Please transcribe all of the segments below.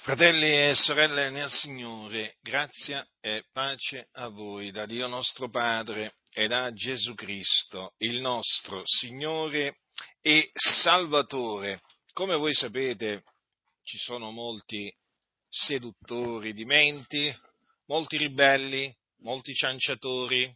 Fratelli e sorelle nel Signore, grazia e pace a voi da Dio nostro Padre e da Gesù Cristo, il nostro Signore e Salvatore. Come voi sapete, ci sono molti seduttori di menti, molti ribelli, molti cianciatori,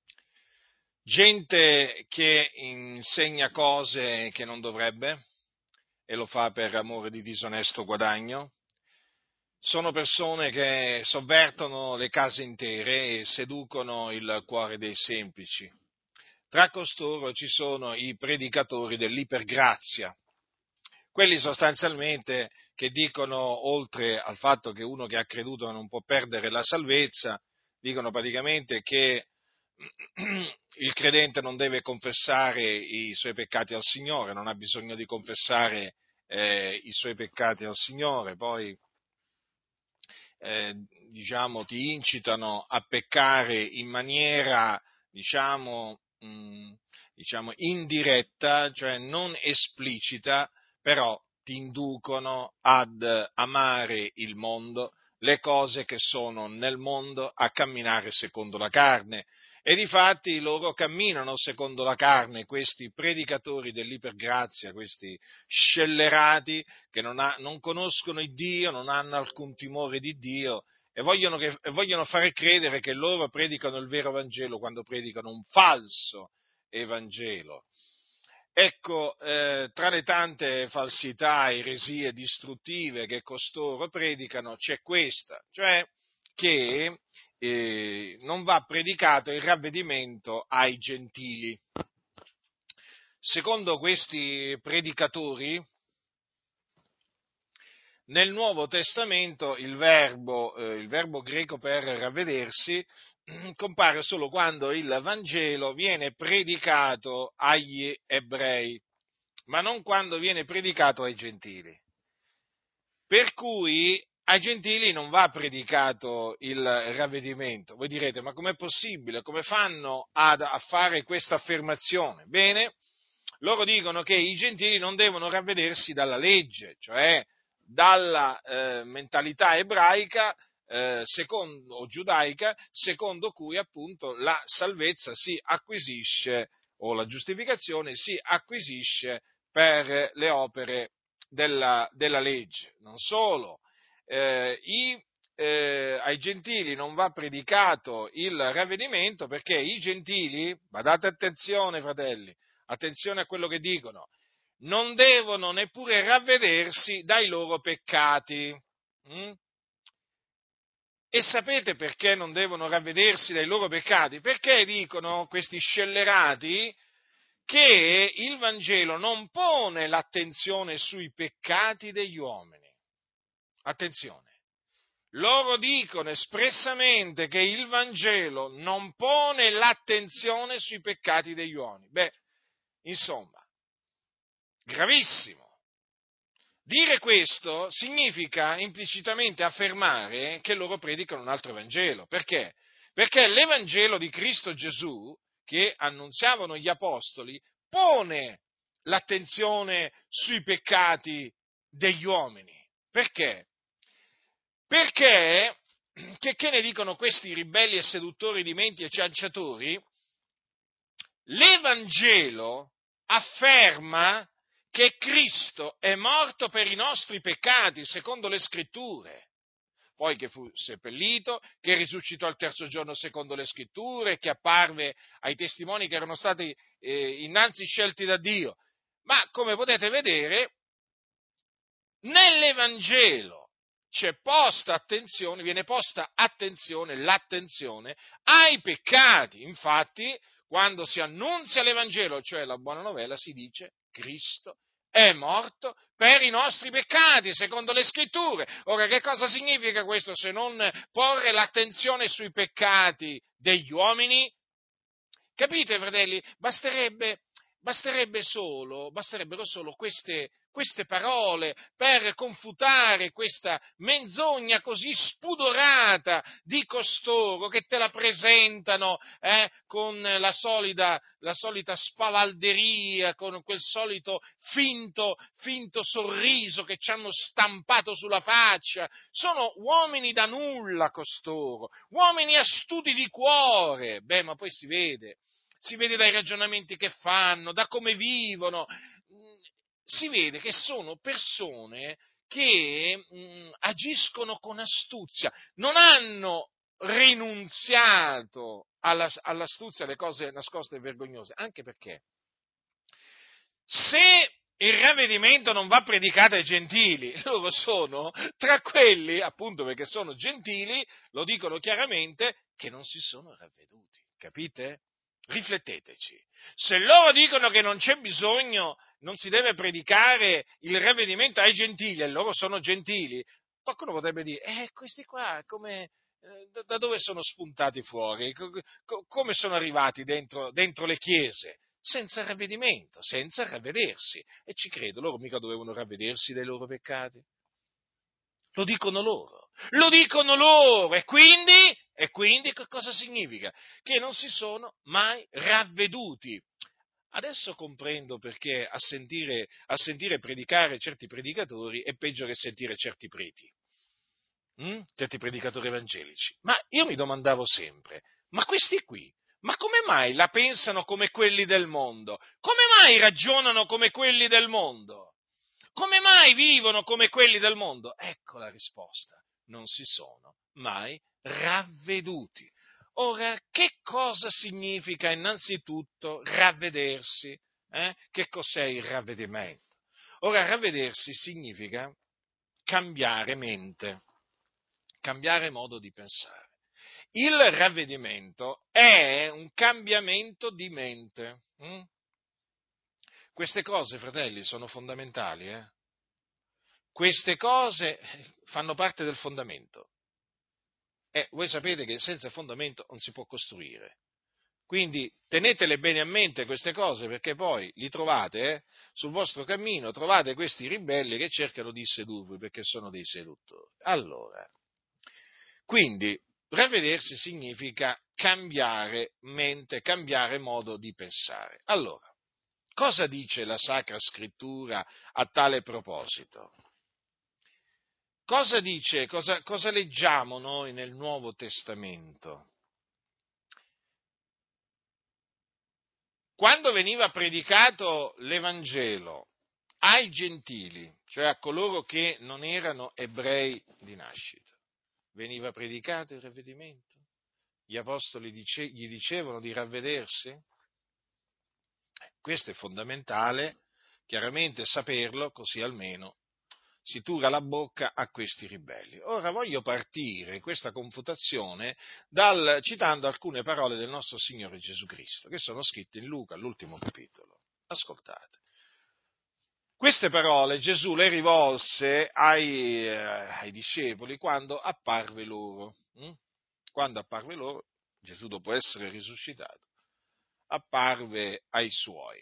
gente che insegna cose che non dovrebbe e lo fa per amore di disonesto guadagno. Sono persone che sovvertono le case intere e seducono il cuore dei semplici. Tra costoro ci sono i predicatori dell'ipergrazia, quelli sostanzialmente che dicono, oltre al fatto che uno che ha creduto non può perdere la salvezza, dicono praticamente che il credente non deve confessare i suoi peccati al Signore, non ha bisogno di confessare i suoi peccati al Signore, poi ti incitano a peccare in maniera, indiretta, cioè non esplicita, però ti inducono ad amare il mondo, le cose che sono nel mondo, a camminare secondo la carne. E difatti loro camminano secondo la carne, questi predicatori dell'ipergrazia, questi scellerati che non conoscono il Dio, non hanno alcun timore di Dio e vogliono fare credere che loro predicano il vero Vangelo quando predicano un falso Evangelo. Ecco, tra le tante falsità, eresie distruttive che costoro predicano c'è questa, cioè che non va predicato il ravvedimento ai gentili. Secondo questi predicatori, nel Nuovo Testamento il verbo greco per ravvedersi compare solo quando il Vangelo viene predicato agli ebrei, ma non quando viene predicato ai gentili. Per cui ai gentili non va predicato il ravvedimento. Voi direte, ma com'è possibile? Come fanno a fare questa affermazione? Bene, loro dicono che i gentili non devono ravvedersi dalla legge, cioè dalla mentalità ebraica o giudaica, secondo cui appunto la salvezza si acquisisce, o la giustificazione si acquisisce per le opere della legge. Non solo, ai gentili non va predicato il ravvedimento perché i gentili, badate attenzione fratelli, attenzione a quello che dicono, non devono neppure ravvedersi dai loro peccati. Mm? E sapete perché non devono ravvedersi dai loro peccati? Perché dicono questi scellerati che il Vangelo non pone l'attenzione sui peccati degli uomini. Attenzione. Loro dicono espressamente che il Vangelo non pone l'attenzione sui peccati degli uomini. Beh, insomma, gravissimo. Dire questo significa implicitamente affermare che loro predicano un altro Vangelo. Perché? Perché l'Evangelo di Cristo Gesù, che annunziavano gli Apostoli, pone l'attenzione sui peccati degli uomini. Perché? Perché, che ne dicono questi ribelli e seduttori di menti e cianciatori? L'Evangelo afferma che Cristo è morto per i nostri peccati, secondo le Scritture, poi che fu seppellito, che risuscitò il terzo giorno secondo le Scritture, che apparve ai testimoni che erano stati innanzi scelti da Dio. Ma come potete vedere, nell'Evangelo viene posta attenzione, l'attenzione ai peccati. Infatti, quando si annunzia l'Evangelo, cioè la buona novella, si dice Cristo è morto per i nostri peccati, secondo le Scritture. Ora, che cosa significa questo se non porre l'attenzione sui peccati degli uomini? Capite, fratelli? Basterebbe basterebbero solo queste parole per confutare questa menzogna così spudorata di costoro che te la presentano con la solita spavalderia, con quel solito finto sorriso che ci hanno stampato sulla faccia. Sono uomini da nulla costoro, uomini astuti di cuore. Beh, ma poi si vede dai ragionamenti che fanno, da come vivono, si vede che sono persone che agiscono con astuzia, non hanno rinunziato all'astuzia, alle cose nascoste e vergognose, anche perché se il ravvedimento non va predicato ai gentili, loro sono tra quelli, appunto perché sono gentili, lo dicono chiaramente, che non si sono ravveduti, capite? Rifletteteci. Se loro dicono che non c'è bisogno, non si deve predicare il ravvedimento ai gentili, e loro sono gentili, qualcuno potrebbe dire, questi qua come, da dove sono spuntati fuori? Come sono arrivati dentro le chiese? Senza ravvedimento, senza ravvedersi. E ci credo, loro mica dovevano ravvedersi dai loro peccati. Lo dicono loro. E quindi che cosa significa? Che non si sono mai ravveduti. Adesso comprendo perché a sentire predicare certi predicatori è peggio che sentire certi preti, certi predicatori evangelici. Ma io mi domandavo sempre, ma questi qui, ma come mai la pensano come quelli del mondo? Come mai ragionano come quelli del mondo? Come mai vivono come quelli del mondo? Ecco la risposta. Non si sono mai ravveduti. Ora, che cosa significa innanzitutto ravvedersi? Che cos'è il ravvedimento? Ora, ravvedersi significa cambiare mente, cambiare modo di pensare. Il ravvedimento è un cambiamento di mente. Queste cose, fratelli, sono fondamentali. Queste cose fanno parte del fondamento. E voi sapete che senza fondamento non si può costruire. Quindi tenetele bene a mente queste cose, perché poi li trovate sul vostro cammino, trovate questi ribelli che cercano di sedurvi perché sono dei seduttori. Allora, quindi ravvedersi significa cambiare mente, cambiare modo di pensare. Allora, cosa dice la Sacra Scrittura a tale proposito? Cosa dice, cosa leggiamo noi nel Nuovo Testamento? Quando veniva predicato l'Evangelo ai gentili, cioè a coloro che non erano ebrei di nascita, veniva predicato il ravvedimento? Gli apostoli gli dicevano di ravvedersi? Questo è fondamentale, chiaramente saperlo, così almeno si tura la bocca a questi ribelli. Ora voglio partire in questa confutazione citando alcune parole del nostro Signore Gesù Cristo, che sono scritte in Luca, all'ultimo capitolo. Ascoltate. Queste parole Gesù le rivolse ai discepoli quando apparve loro. Quando apparve loro, Gesù dopo essere risuscitato, apparve ai suoi.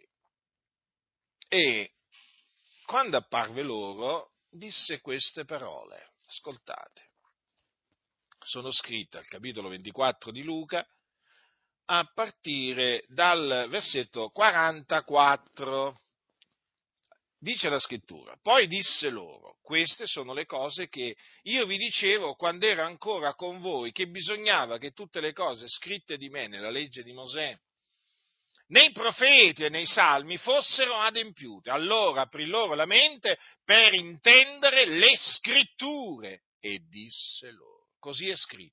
E quando apparve loro, disse queste parole. Ascoltate. Sono scritte al capitolo 24 di Luca, a partire dal versetto 44. Dice la scrittura, poi disse loro, queste sono le cose che io vi dicevo quando ero ancora con voi, che bisognava che tutte le cose scritte di me nella legge di Mosè, nei profeti e nei salmi fossero adempiute. Allora aprì loro la mente per intendere le scritture e disse loro, così è scritto,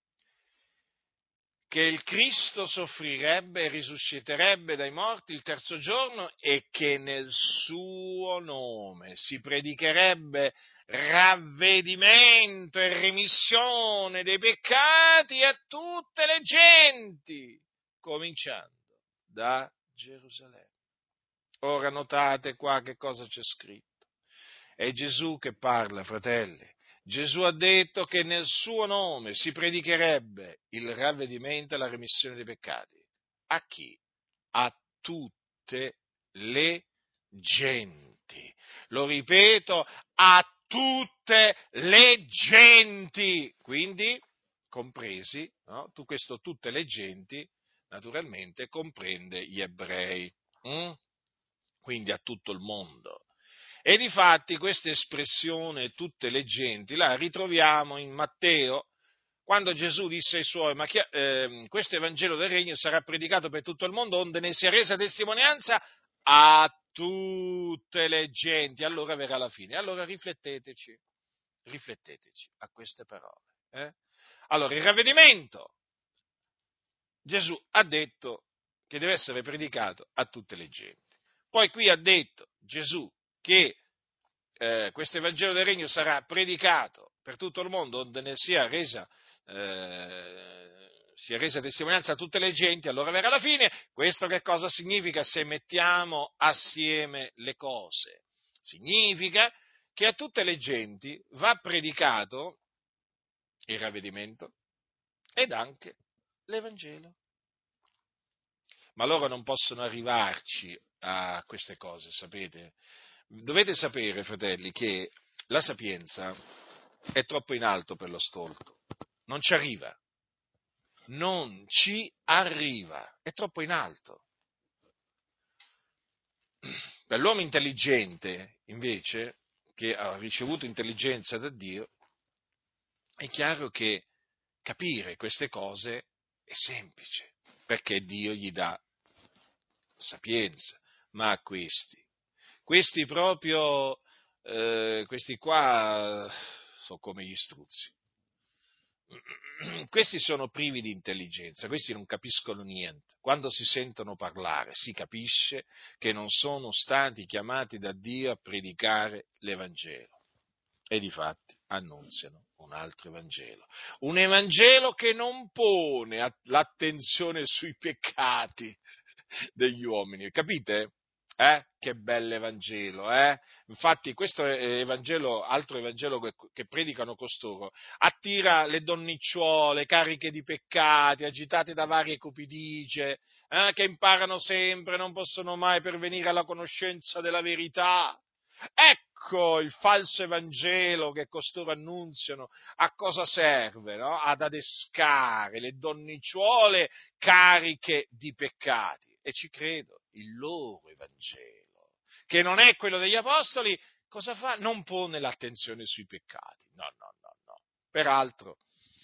che il Cristo soffrirebbe e risusciterebbe dai morti il terzo giorno e che nel suo nome si predicherebbe ravvedimento e remissione dei peccati a tutte le genti, cominciando da Gerusalemme. Ora notate qua che cosa c'è scritto. È Gesù che parla, fratelli. Gesù ha detto che nel suo nome si predicherebbe il ravvedimento e la remissione dei peccati. A chi? A tutte le genti. Lo ripeto, a tutte le genti. Quindi, compresi, no? Questo tutte le genti, naturalmente, comprende gli ebrei. Quindi a tutto il mondo. E difatti questa espressione tutte le genti la ritroviamo in Matteo, quando Gesù disse ai suoi, questo Evangelo del Regno sarà predicato per tutto il mondo, onde ne sia resa testimonianza a tutte le genti, allora verrà la fine. Allora rifletteteci a queste parole. Allora, il ravvedimento, Gesù ha detto che deve essere predicato a tutte le genti. Poi qui ha detto Gesù che questo Evangelo del Regno sarà predicato per tutto il mondo, onde ne sia resa testimonianza a tutte le genti, allora verrà la fine. Questo che cosa significa se mettiamo assieme le cose? Significa che a tutte le genti va predicato il ravvedimento ed anche l'Evangelo. Ma loro non possono arrivarci a queste cose, sapete? Dovete sapere, fratelli, che la sapienza è troppo in alto per lo stolto. Non ci arriva. È troppo in alto. Per l'uomo intelligente, invece, che ha ricevuto intelligenza da Dio, è chiaro che capire queste cose è semplice, perché Dio gli dà sapienza, ma a questi proprio, questi qua sono come gli struzzi. Questi sono privi di intelligenza, questi non capiscono niente. Quando si sentono parlare si capisce che non sono stati chiamati da Dio a predicare l'Evangelo. E difatti annunziano un altro Evangelo. Un Evangelo che non pone l'attenzione sui peccati degli uomini, capite? Che bell'Evangelo, Infatti questo Evangelo, altro Evangelo che predicano costoro, attira le donnicciuole cariche di peccati, agitate da varie cupidigie, che imparano sempre, non possono mai pervenire alla conoscenza della verità. Ecco il falso Evangelo che costoro annunziano, a cosa serve? No? Ad adescare le donnicciuole cariche di peccati. E ci credo, il loro Evangelo, che non è quello degli Apostoli, cosa fa? Non pone l'attenzione sui peccati. No. Peraltro,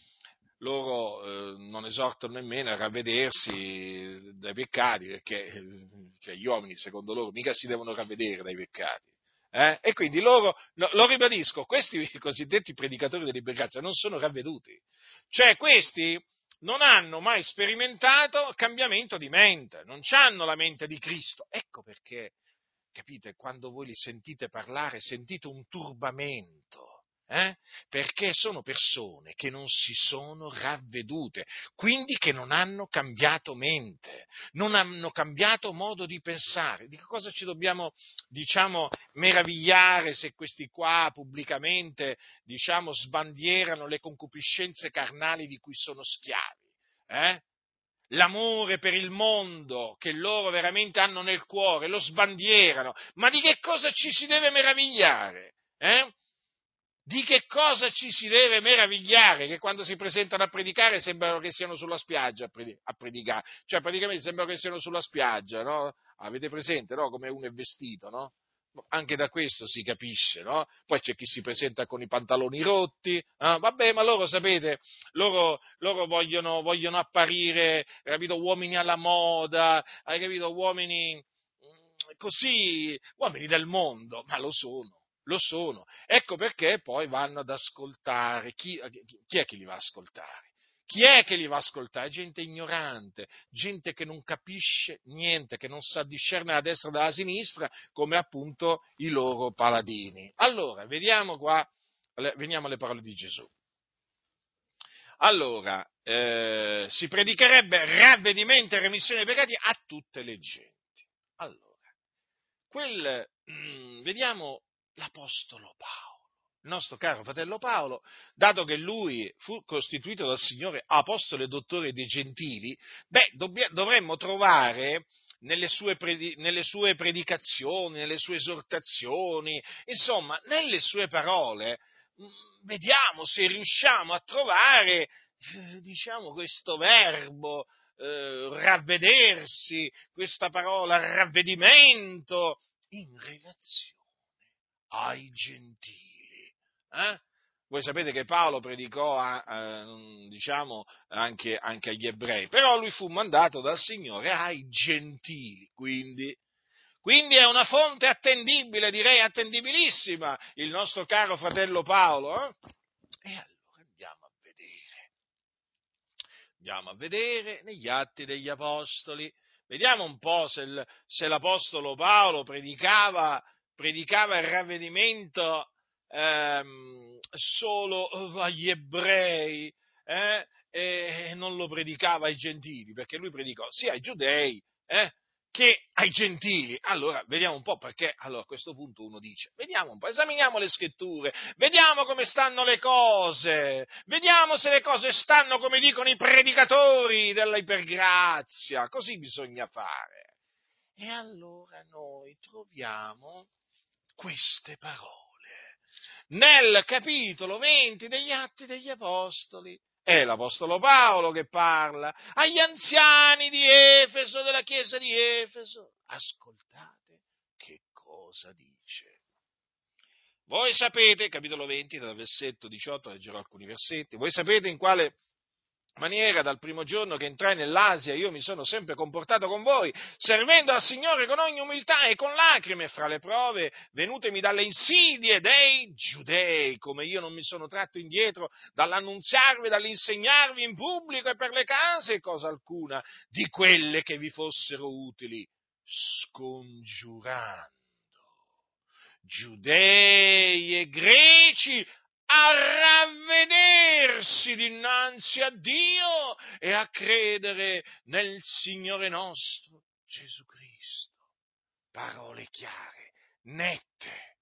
loro non esortano nemmeno a ravvedersi dai peccati, perché cioè, gli uomini, secondo loro, mica si devono ravvedere dai peccati. E quindi loro, lo ribadisco, questi cosiddetti predicatori dell'ipergrazia non sono ravveduti. Cioè questi non hanno mai sperimentato cambiamento di mente, non hanno la mente di Cristo. Ecco perché, capite, quando voi li sentite parlare sentite un turbamento. Perché sono persone che non si sono ravvedute, quindi che non hanno cambiato mente, non hanno cambiato modo di pensare. Di che cosa ci dobbiamo, meravigliare se questi qua pubblicamente, sbandierano le concupiscenze carnali di cui sono schiavi? L'amore per il mondo che loro veramente hanno nel cuore, lo sbandierano. Ma di che cosa ci si deve meravigliare? Di che cosa ci si deve meravigliare? Che quando si presentano a predicare sembrano che siano sulla spiaggia a predicare, cioè praticamente sembrano che siano sulla spiaggia, no? Avete presente, no? Come uno è vestito, no? Anche da questo si capisce, no? Poi c'è chi si presenta con i pantaloni rotti, vabbè, ma loro sapete, loro vogliono apparire, capito, uomini alla moda, hai capito, uomini così, uomini del mondo, ma lo sono. Lo sono. Ecco perché poi vanno ad ascoltare. Chi è che li va a ascoltare? Chi è che li va a ascoltare? Gente ignorante, gente che non capisce niente, che non sa discernere la destra dalla sinistra, come appunto i loro paladini. Allora, veniamo alle parole di Gesù. Allora, si predicherebbe ravvedimento e remissione dei peccati a tutte le genti. Allora, vediamo l'Apostolo Paolo, il nostro caro fratello Paolo, dato che lui fu costituito dal Signore apostolo e dottore dei gentili, dovremmo trovare nelle sue predicazioni, nelle sue esortazioni, insomma, nelle sue parole, vediamo se riusciamo a trovare, diciamo, questo verbo, ravvedersi, questa parola ravvedimento, in relazione ai gentili. Voi sapete che Paolo predicò diciamo, anche agli ebrei, però lui fu mandato dal Signore ai gentili, quindi è una fonte attendibile, direi attendibilissima, il nostro caro fratello Paolo. E allora andiamo a vedere negli Atti degli Apostoli, vediamo un po' se l'Apostolo Paolo predicava il ravvedimento solo agli ebrei, e non lo predicava ai gentili, perché lui predicò sia ai giudei che ai gentili. Allora, vediamo un po', perché allora a questo punto uno dice, vediamo un po', esaminiamo le scritture, vediamo come stanno le cose, vediamo se le cose stanno come dicono i predicatori della ipergrazia, così bisogna fare. E allora noi troviamo queste parole nel capitolo 20 degli Atti degli Apostoli. È l'Apostolo Paolo che parla agli anziani di Efeso, della chiesa di Efeso. Ascoltate che cosa dice. Voi sapete, capitolo 20, dal versetto 18, leggerò alcuni versetti, voi sapete in quale maniera dal primo giorno che entrai nell'Asia io mi sono sempre comportato con voi, servendo al Signore con ogni umiltà e con lacrime fra le prove venutemi dalle insidie dei giudei, come io non mi sono tratto indietro dall'annunziarvi, dall'insegnarvi in pubblico e per le case cosa alcuna di quelle che vi fossero utili, scongiurando giudei e greci a ravvedersi dinanzi a Dio e a credere nel Signore nostro Gesù Cristo. Parole chiare, nette.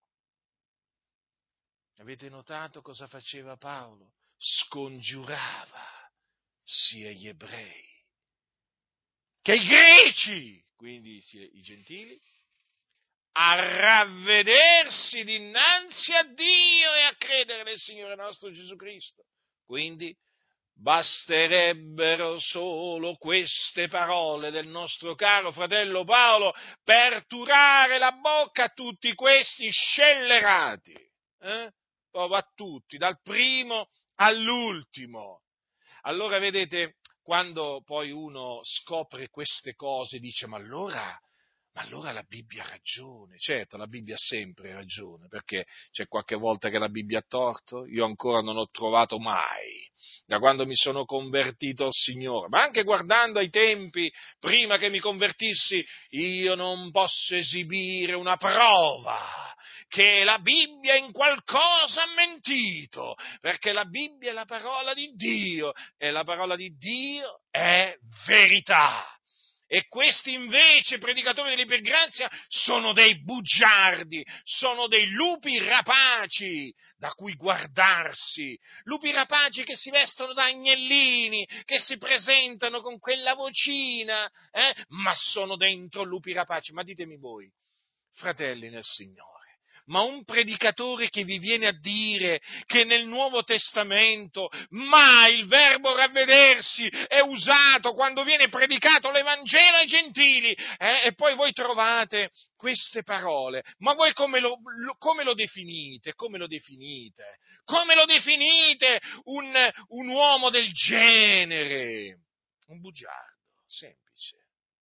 Avete notato cosa faceva Paolo? Scongiurava sia gli ebrei che i greci, quindi sia i gentili, a ravvedersi dinanzi a Dio e a credere nel Signore nostro Gesù Cristo. Quindi basterebbero solo queste parole del nostro caro fratello Paolo per turare la bocca a tutti questi scellerati, proprio a tutti, dal primo all'ultimo. Allora vedete, quando poi uno scopre queste cose dice ma allora la Bibbia ha ragione. Certo, la Bibbia ha sempre ragione, perché c'è qualche volta che la Bibbia ha torto? Io ancora non ho trovato mai, da quando mi sono convertito al Signore, ma anche guardando ai tempi prima che mi convertissi, io non posso esibire una prova che la Bibbia in qualcosa ha mentito, perché la Bibbia è la parola di Dio e la parola di Dio è verità. E questi invece, predicatori dell'ipergrazia, sono dei bugiardi, sono dei lupi rapaci da cui guardarsi, lupi rapaci che si vestono da agnellini, che si presentano con quella vocina, ma sono dentro lupi rapaci. Ma ditemi voi, fratelli nel Signore, ma un predicatore che vi viene a dire che nel Nuovo Testamento mai il verbo ravvedersi è usato quando viene predicato l'Evangelo ai gentili, e poi voi trovate queste parole, ma voi come lo definite? Come lo definite? Come lo definite un uomo del genere? Un bugiardo, semplice.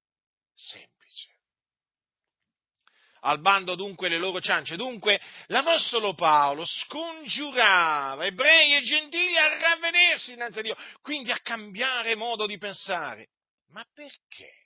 Al bando dunque le loro ciance. Dunque l'Apostolo Paolo scongiurava ebrei e gentili a ravvedersi dinanzi a Dio, quindi a cambiare modo di pensare. Ma perché?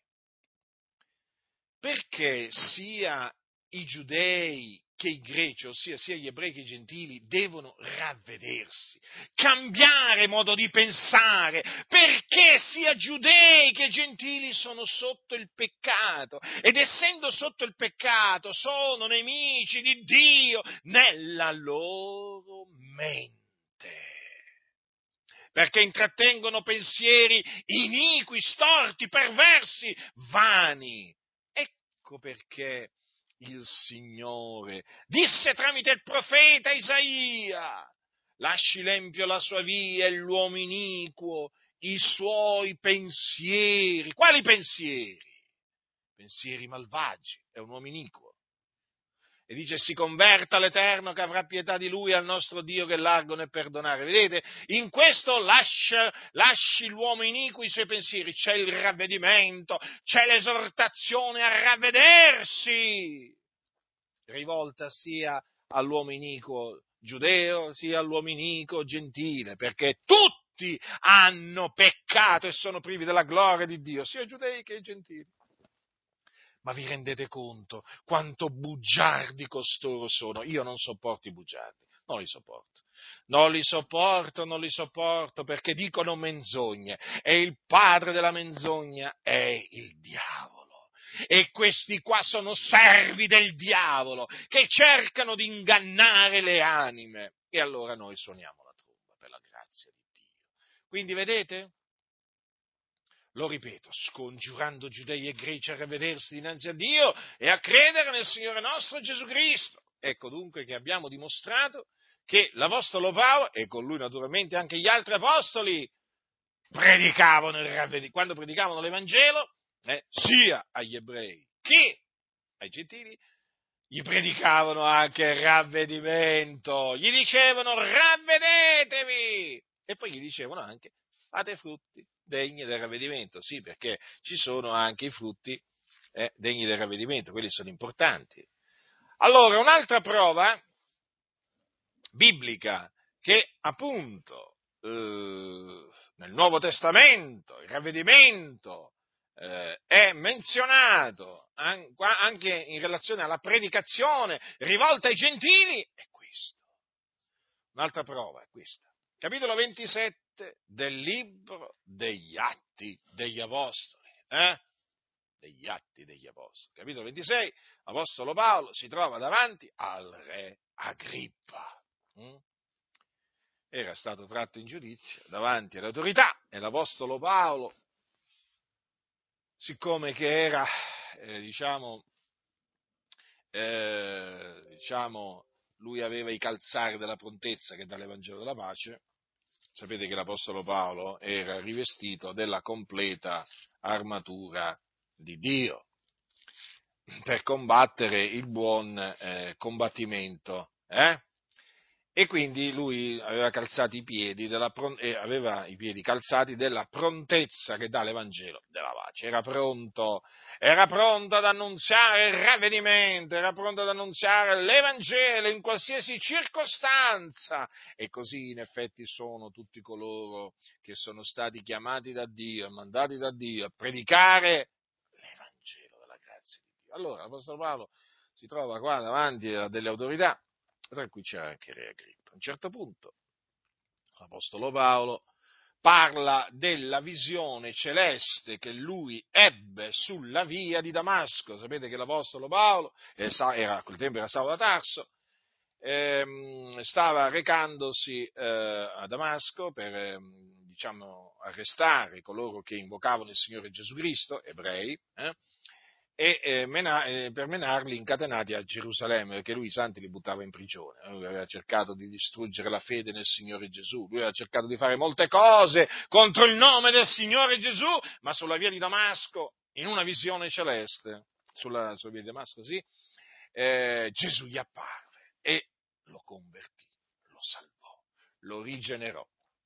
Perché sia i giudei che i greci, ossia sia gli ebrei che i gentili, devono ravvedersi, cambiare modo di pensare, perché sia giudei che gentili sono sotto il peccato, ed essendo sotto il peccato sono nemici di Dio nella loro mente, perché intrattengono pensieri iniqui, storti, perversi, vani. Ecco perché il Signore disse tramite il profeta Isaia: lasci l'empio la sua via e l'uomo iniquo i suoi pensieri. Quali pensieri? Pensieri malvagi, è un uomo iniquo. E dice: si converta all'Eterno che avrà pietà di lui, al nostro Dio che è largo nel perdonare. Vedete? In questo lasci l'uomo iniquo i suoi pensieri. C'è il ravvedimento, c'è l'esortazione a ravvedersi, rivolta sia all'uomo iniquo giudeo, sia all'uomo iniquo gentile, perché tutti hanno peccato e sono privi della gloria di Dio, sia giudei che gentili. Ma vi rendete conto quanto bugiardi costoro sono? Io non sopporto i bugiardi, non li sopporto perché dicono menzogne e il padre della menzogna è il diavolo. E questi qua sono servi del diavolo che cercano di ingannare le anime. E allora noi suoniamo la tromba per la grazia di Dio. Quindi vedete? Lo ripeto, scongiurando giudei e greci a ravvedersi dinanzi a Dio e a credere nel Signore nostro Gesù Cristo. Ecco dunque che abbiamo dimostrato che l'Apostolo Paolo, e con lui naturalmente anche gli altri apostoli, predicavano il ravvedimento, quando predicavano l'Evangelo, sia agli ebrei che ai gentili, gli predicavano anche il ravvedimento, gli dicevano ravvedetevi, e poi gli dicevano anche fate frutti degni del ravvedimento, sì, perché ci sono anche i frutti degni del ravvedimento, quelli sono importanti. Allora, un'altra prova biblica che appunto nel Nuovo Testamento il ravvedimento è menzionato anche in relazione alla predicazione rivolta ai gentili, è questo. Un'altra prova è questa. Capitolo 27 del libro degli Atti degli Apostoli. Degli Atti degli Apostoli. Capitolo 26, l'Apostolo Paolo si trova davanti al re Agrippa. Era stato tratto in giudizio davanti alle autorità e l'Apostolo Paolo, siccome che era, lui aveva i calzari della prontezza che dà l'Evangelo della pace. Sapete che l'Apostolo Paolo era rivestito della completa armatura di Dio per combattere il buon combattimento. E quindi lui aveva calzati i piedi aveva i piedi calzati della prontezza che dà l'Evangelo della pace. Era pronto ad annunziare il ravvedimento, era pronto ad annunziare l'Evangelo in qualsiasi circostanza. E così in effetti sono tutti coloro che sono stati chiamati da Dio e mandati da Dio a predicare l'Evangelo della grazia di Dio. Allora l'Apostolo Paolo si trova qua davanti a delle autorità, tra cui c'era anche Re Agrippa. A un certo punto l'Apostolo Paolo parla della visione celeste che lui ebbe sulla via di Damasco. Sapete che l'Apostolo Paolo, a quel tempo era Saulo da Tarso, stava recandosi a Damasco per arrestare coloro che invocavano il Signore Gesù Cristo, ebrei, per menarli incatenati a Gerusalemme, perché lui i santi li buttava in prigione. Lui aveva cercato di distruggere la fede nel Signore Gesù, lui aveva cercato di fare molte cose contro il nome del Signore Gesù, ma sulla via di Damasco, in una visione celeste, sulla via di Damasco, sì, Gesù gli apparve e lo convertì, lo salvò, lo rigenerò.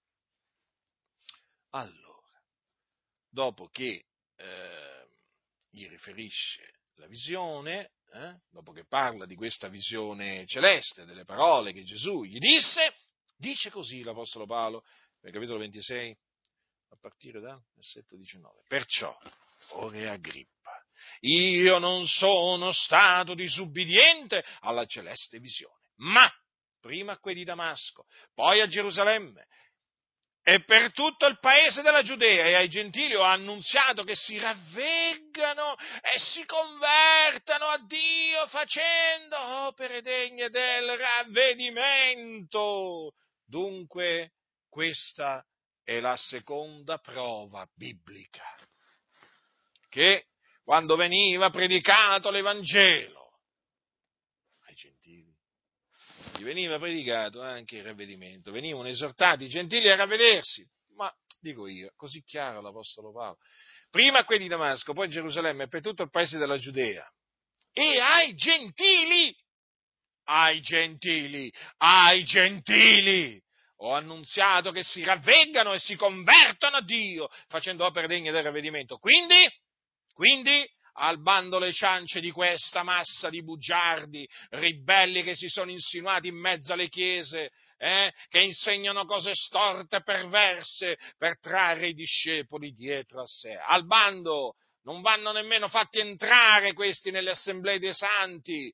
Allora, dopo che gli riferisce la visione, dopo che parla di questa visione celeste, delle parole che Gesù gli disse, dice così l'Apostolo Paolo, nel capitolo 26, a partire dal versetto 19. Perciò, o Re Agrippa, io non sono stato disubbidiente alla celeste visione, ma prima a quei di Damasco, poi a Gerusalemme, e per tutto il paese della Giudea e ai gentili ho annunziato che si ravveggano e si convertano a Dio facendo opere degne del ravvedimento. Dunque, questa è la seconda prova biblica, che quando veniva predicato l'Evangelo ai gentili, gli veniva predicato anche il ravvedimento, venivano esortati i gentili a ravvedersi, ma dico io, così chiaro l'Apostolo Paolo, prima a quelli di Damasco, poi a Gerusalemme e per tutto il paese della Giudea, e ai gentili, ai gentili, ai gentili, ho annunziato che si ravveggano e si convertano a Dio, facendo opere degne del ravvedimento. Quindi, al bando le ciance di questa massa di bugiardi, ribelli che si sono insinuati in mezzo alle chiese, che insegnano cose storte e perverse per trarre i discepoli dietro a sé. Al bando, non vanno nemmeno fatti entrare questi nelle assemblee dei santi,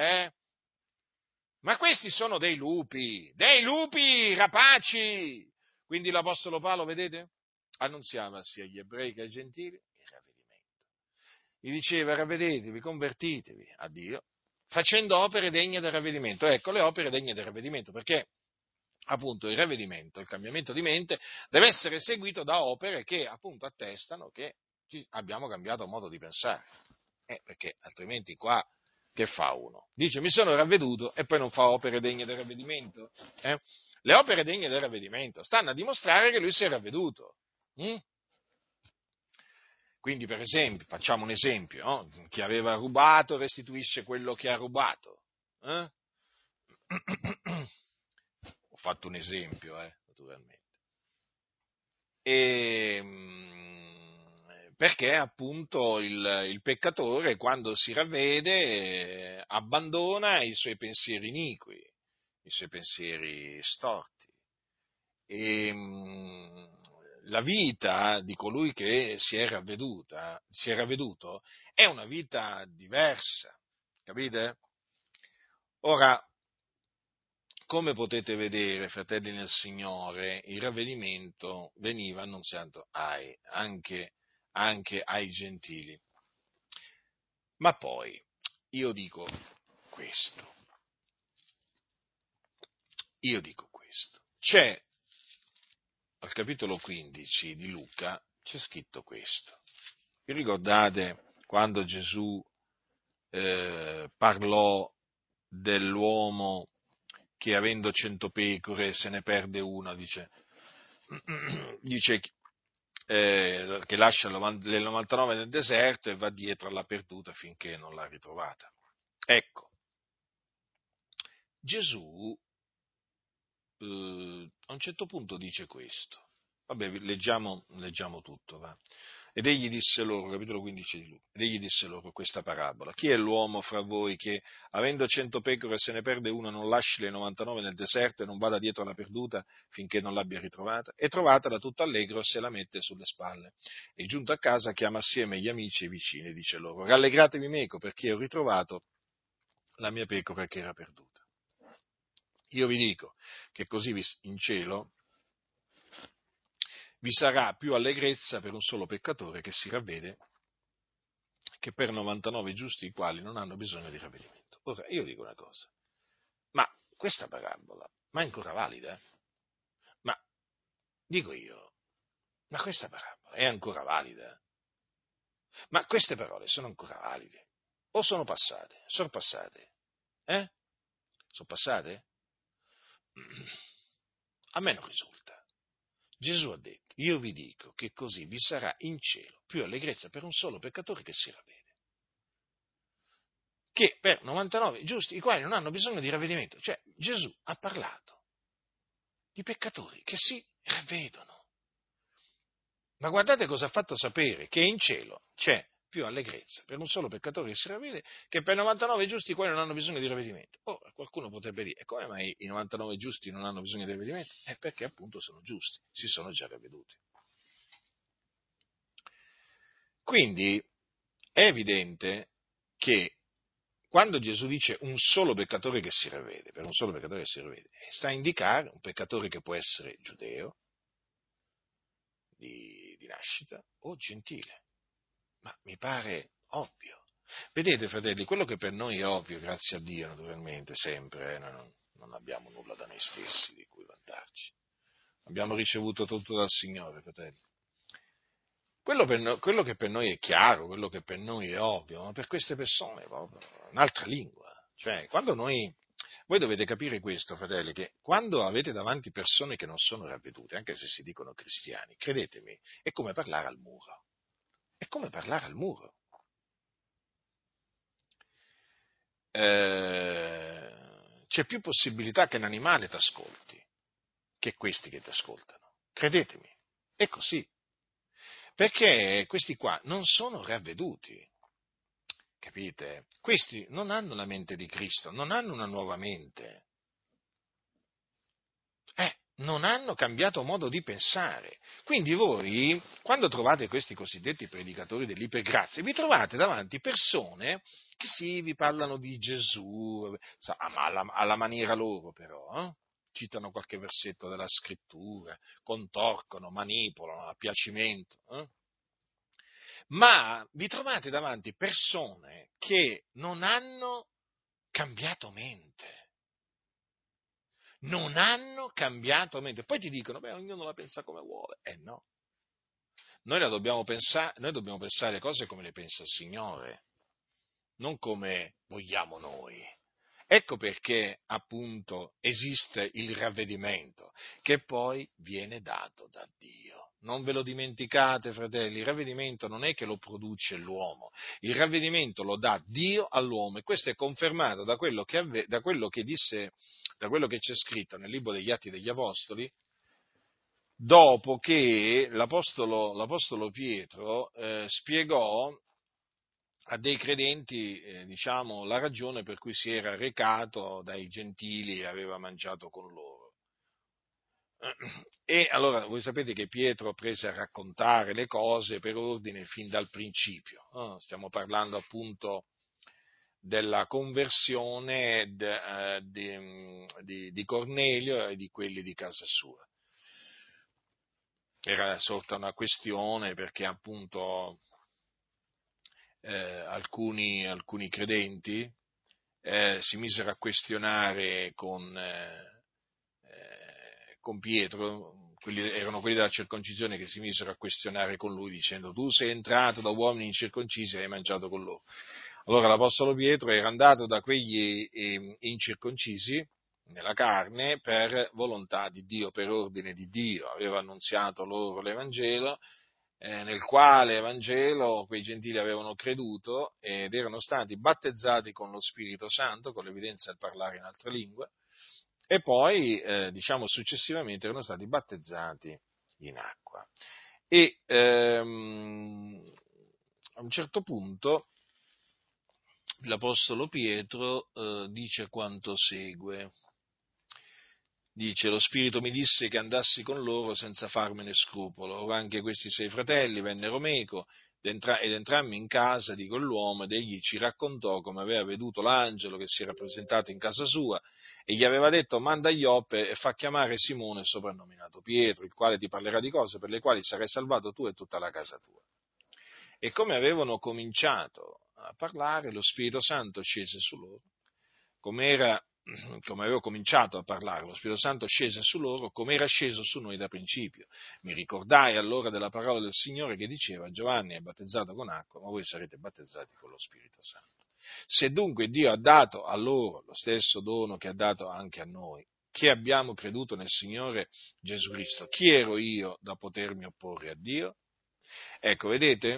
Ma questi sono dei lupi rapaci. Quindi l'Apostolo Paolo, vedete, annunziava sia agli ebrei che ai gentili il ravvedimento. Gli diceva: ravvedetevi, convertitevi a Dio, facendo opere degne del ravvedimento. Ecco, le opere degne del ravvedimento, perché appunto il ravvedimento, il cambiamento di mente, deve essere seguito da opere che appunto attestano che abbiamo cambiato modo di pensare. Perché altrimenti qua che fa uno? Dice: mi sono ravveduto e poi non fa opere degne del ravvedimento? Le opere degne del ravvedimento stanno a dimostrare che lui si è ravveduto. Quindi, per esempio, facciamo un esempio, no? Chi aveva rubato restituisce quello che ha rubato. Ho fatto un esempio, naturalmente. Perché appunto il peccatore, quando si ravvede, abbandona i suoi pensieri iniqui, i suoi pensieri storti. La vita di colui che si è ravveduto, è una vita diversa, capite? Ora, come potete vedere, fratelli nel Signore, il ravvedimento veniva annunziato anche ai gentili. Ma poi, io dico questo, c'è, al capitolo 15 di Luca, c'è scritto questo. Vi ricordate quando Gesù parlò dell'uomo che avendo 100 pecore se ne perde una, dice che lascia le 99 nel deserto e va dietro alla perduta finché non l'ha ritrovata. Ecco, Gesù a un certo punto dice questo. Vabbè, leggiamo tutto, va. Ed egli disse loro, capitolo 15 di Luca, ed egli disse loro questa parabola: chi è l'uomo fra voi che, avendo 100 pecore, se ne perde una, non lasci le 99 nel deserto e non vada dietro alla perduta finché non l'abbia ritrovata? E trovatela tutto allegro se la mette sulle spalle. E giunto a casa chiama assieme gli amici e i vicini e dice loro: rallegratevi meco, perché ho ritrovato la mia pecora che era perduta. Io vi dico che così in cielo vi sarà più allegrezza per un solo peccatore che si ravvede che per 99 giusti i quali non hanno bisogno di ravvedimento. Ora, io dico una cosa, ma questa parabola, ma è ancora valida? Ma, dico io, ma questa parabola è ancora valida? Ma queste parole sono ancora valide? O sono passate? Sono passate? Sono passate? A me non risulta. Gesù ha detto: io vi dico che così vi sarà in cielo più allegrezza per un solo peccatore che si ravvede, che per 99 giusti, i quali non hanno bisogno di ravvedimento. Cioè, Gesù ha parlato di peccatori che si ravvedono. Ma guardate cosa ha fatto sapere: che in cielo c'è più allegrezza per un solo peccatore che si ravvede che per 99 giusti, i quali non hanno bisogno di ravvedimento. Ora, qualcuno potrebbe dire: e come mai i 99 giusti non hanno bisogno di ravvedimento? È perché appunto sono giusti, si sono già ravveduti. Quindi è evidente che quando Gesù dice un solo peccatore che si ravvede, per un solo peccatore che si ravvede, sta a indicare un peccatore che può essere giudeo, di nascita, o gentile. Ma mi pare ovvio. Vedete, fratelli, quello che per noi è ovvio, grazie a Dio, naturalmente, sempre, noi non abbiamo nulla da noi stessi di cui vantarci. Abbiamo ricevuto tutto dal Signore, fratelli. quello che per noi è chiaro, quello che per noi è ovvio, ma per queste persone è proprio un'altra lingua. Cioè, voi dovete capire questo, fratelli, che quando avete davanti persone che non sono ravvedute, anche se si dicono cristiani, credetemi, è come parlare al muro. È come parlare al muro. C'è più possibilità che un animale ti ascolti che questi che ti ascoltano. Credetemi, è così. Perché questi qua non sono ravveduti, capite? Questi non hanno la mente di Cristo, non hanno una nuova mente. Non hanno cambiato modo di pensare. Quindi voi, quando trovate questi cosiddetti predicatori dell'ipergrazia, vi trovate davanti persone che sì, vi parlano di Gesù, ma alla maniera loro però, citano qualche versetto della scrittura, contorcono, manipolano a piacimento, ma vi trovate davanti persone che non hanno cambiato mente. Non hanno cambiato mente. Poi ti dicono, ognuno la pensa come vuole. No. Noi dobbiamo pensare le cose come le pensa il Signore, non come vogliamo noi. Ecco perché appunto esiste il ravvedimento, che poi viene dato da Dio. Non ve lo dimenticate, fratelli, il ravvedimento non è che lo produce l'uomo, il ravvedimento lo dà Dio all'uomo e questo è confermato da quello che disse, da quello che c'è scritto nel libro degli Atti degli Apostoli, dopo che l'Apostolo Pietro spiegò a dei credenti, la ragione per cui si era recato dai gentili e aveva mangiato con loro. E allora voi sapete che Pietro prese a raccontare le cose per ordine fin dal principio. Stiamo parlando appunto della conversione di Cornelio e di quelli di casa sua. Era sorta una questione perché appunto alcuni credenti si misero a questionare con Pietro, erano quelli della circoncisione che si misero a questionare con lui dicendo tu sei entrato da uomini incirconcisi e hai mangiato con loro. Allora l'Apostolo Pietro era andato da quegli incirconcisi nella carne per volontà di Dio, per ordine di Dio, aveva annunziato loro l'Evangelo, nel quale Evangelo quei gentili avevano creduto ed erano stati battezzati con lo Spirito Santo, con l'evidenza del parlare in altre lingue, e poi, successivamente erano stati battezzati in acqua. E a un certo punto l'Apostolo Pietro dice quanto segue. Dice, lo Spirito mi disse che andassi con loro senza farmene scrupolo. Ora anche questi 6 fratelli vennero meco ed entrammi in casa di quell'uomo ed egli ci raccontò come aveva veduto l'angelo che si era presentato in casa sua e gli aveva detto manda a Ioppe e fa chiamare Simone soprannominato Pietro, il quale ti parlerà di cose per le quali sarai salvato tu e tutta la casa tua. E come avevano cominciato a parlare, lo Spirito Santo scese su loro, come avevo cominciato a parlare, lo Spirito Santo scese su loro come era sceso su noi da principio. Mi ricordai allora della parola del Signore che diceva Giovanni è battezzato con acqua, ma voi sarete battezzati con lo Spirito Santo. Se dunque Dio ha dato a loro lo stesso dono che ha dato anche a noi, che abbiamo creduto nel Signore Gesù Cristo, chi ero io da potermi opporre a Dio? Ecco, vedete?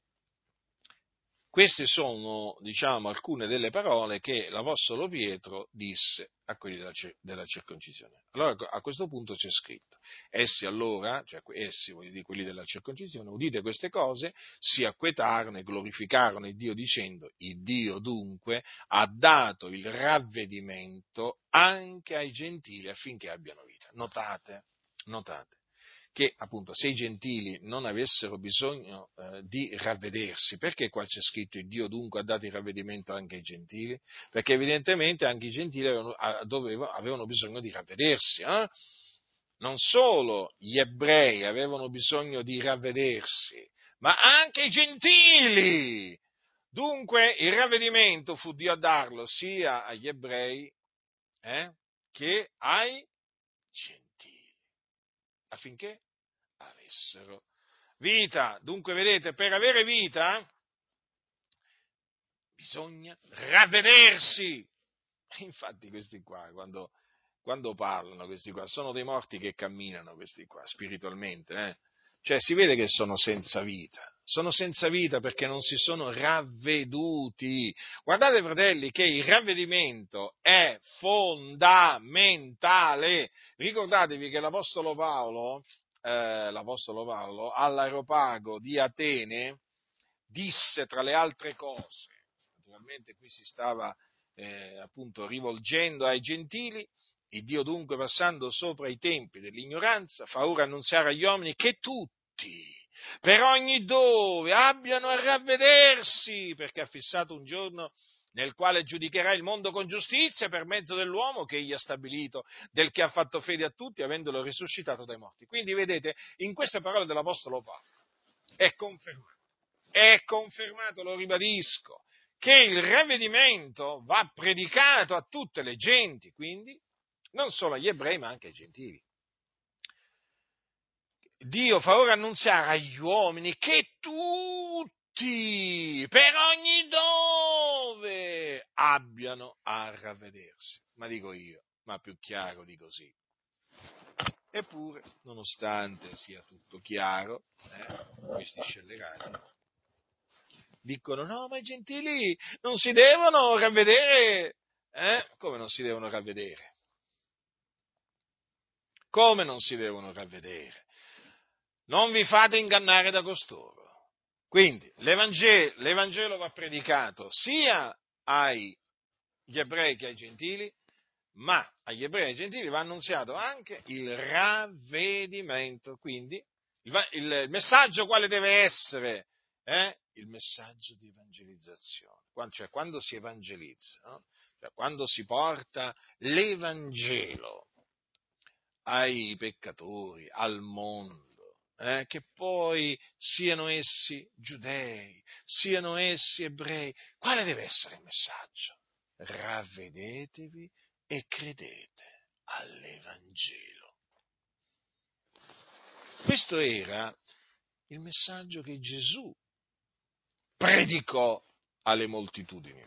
Queste sono, alcune delle parole che l'Apostolo Pietro disse a quelli della circoncisione. Allora, a questo punto c'è scritto, essi allora, cioè essi, voglio dire, quelli della circoncisione, udite queste cose, si acquetarono e glorificarono il Dio dicendo, il Dio dunque ha dato il ravvedimento anche ai gentili affinché abbiano vita. Notate che appunto se i gentili non avessero bisogno di ravvedersi, perché qua c'è scritto il Dio dunque ha dato il ravvedimento anche ai gentili? Perché evidentemente anche i gentili avevano bisogno di ravvedersi. Non solo gli ebrei avevano bisogno di ravvedersi, ma anche i gentili. Dunque il ravvedimento fu Dio a darlo sia agli ebrei che ai gentili, affinché avessero Vita. Dunque, vedete, per avere vita bisogna ravvedersi. Infatti questi qua, quando parlano, questi qua, sono dei morti che camminano, questi qua, spiritualmente, Cioè, si vede che sono senza vita perché non si sono ravveduti. Guardate, fratelli, che il ravvedimento è fondamentale. Ricordatevi che l'Apostolo Paolo all'Areopago di Atene disse, tra le altre cose, naturalmente qui si stava appunto rivolgendo ai gentili: il Dio dunque, passando sopra i tempi dell'ignoranza, fa ora annunziare agli uomini che tutti, per ogni dove, abbiano a ravvedersi, perché ha fissato un giorno nel quale giudicherà il mondo con giustizia per mezzo dell'uomo che egli ha stabilito, del che ha fatto fede a tutti, avendolo risuscitato dai morti. Quindi vedete, in queste parole dell'Apostolo Paolo è confermato, lo ribadisco, che il ravvedimento va predicato a tutte le genti, quindi non solo agli ebrei ma anche ai gentili. Dio fa ora annunziare agli uomini che tutti, per ogni dove, abbiano a ravvedersi. Ma dico io, ma più chiaro di così. Eppure, nonostante sia tutto chiaro, questi scellerati dicono: no, ma i gentili non si devono ravvedere. Come non si devono ravvedere? Come non si devono ravvedere? Non vi fate ingannare da costoro. Quindi l'Evangelo va predicato sia agli ebrei che ai gentili, ma agli ebrei e ai gentili va annunziato anche il ravvedimento. Quindi il messaggio quale deve essere? Il messaggio di evangelizzazione, cioè quando si evangelizza, no? Cioè quando si porta l'Evangelo ai peccatori, al mondo, che poi siano essi giudei, siano essi ebrei. Quale deve essere il messaggio? Ravvedetevi e credete all'Evangelo. Questo era il messaggio che Gesù predicò alle moltitudini.